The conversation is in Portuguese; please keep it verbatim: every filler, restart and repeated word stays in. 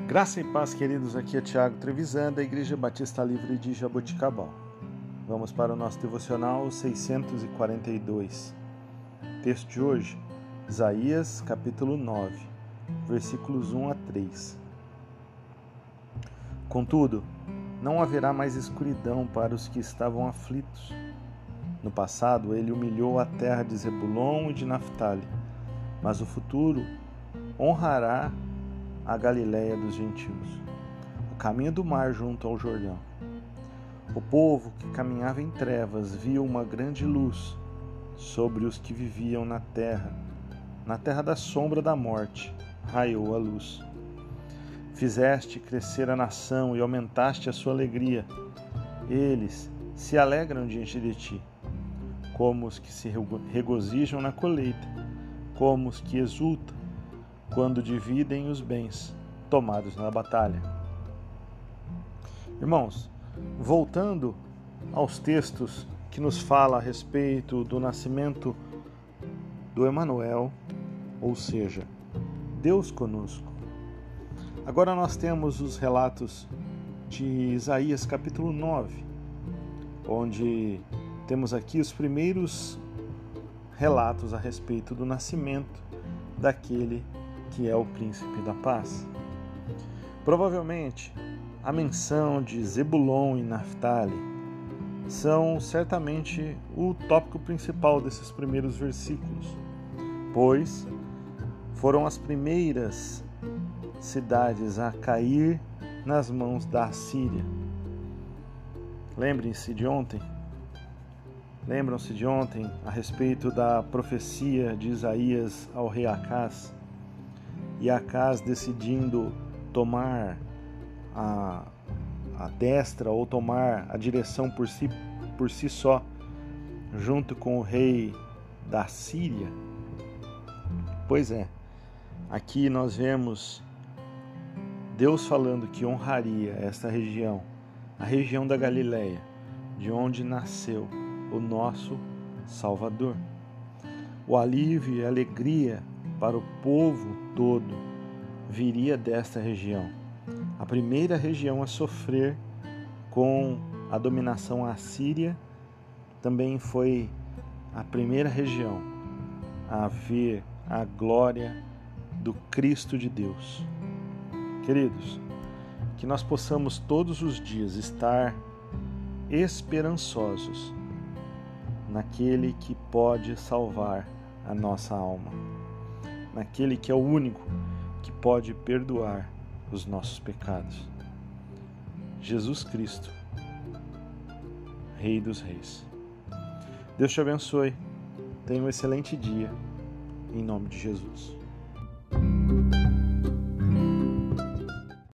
Graça e paz, queridos, aqui é Tiago Trevisan, da Igreja Batista Livre de Jaboticabal. Vamos para o nosso devocional seiscentos e quarenta e dois. Texto de hoje, Isaías capítulo nove, versículos um a três. Contudo, não haverá mais escuridão para os que estavam aflitos. No passado, ele humilhou a terra de Zebulon e de Naftali, mas o futuro honrará a Galileia dos gentios, o caminho do mar junto ao Jordão. O povo que caminhava em trevas viu uma grande luz sobre os que viviam na terra. Na terra da sombra da morte, raiou a luz. Fizeste crescer a nação e aumentaste a sua alegria. Eles se alegram diante de ti, como os que se regozijam na colheita, como os que exultam quando dividem os bens tomados na batalha. Irmãos, voltando aos textos que nos fala a respeito do nascimento do Emanuel, ou seja, Deus conosco. Agora nós temos os relatos de Isaías capítulo nove, onde temos aqui os primeiros relatos a respeito do nascimento daquele que é o príncipe da paz. Provavelmente, a menção de Zebulon e Naftali são certamente o tópico principal desses primeiros versículos, pois foram as primeiras cidades a cair nas mãos da Assíria. Lembrem-se de ontem, lembram-se de ontem a respeito da profecia de Isaías ao rei Acaz, e Acaz decidindo tomar a, a destra ou tomar a direção por si, por si só, junto com o rei da Síria. Pois é, aqui nós vemos Deus falando que honraria esta região, a região da Galileia, de onde nasceu o nosso Salvador. O alívio e a alegria para o povo todo viria desta região. A primeira região a sofrer com a dominação assíria também foi a primeira região a ver a glória do Cristo de Deus. Queridos, que nós possamos todos os dias estar esperançosos naquele que pode salvar a nossa alma, naquele que é o único que pode perdoar os nossos pecados. Jesus Cristo, Rei dos Reis. Deus te abençoe. Tenha um excelente dia, em nome de Jesus.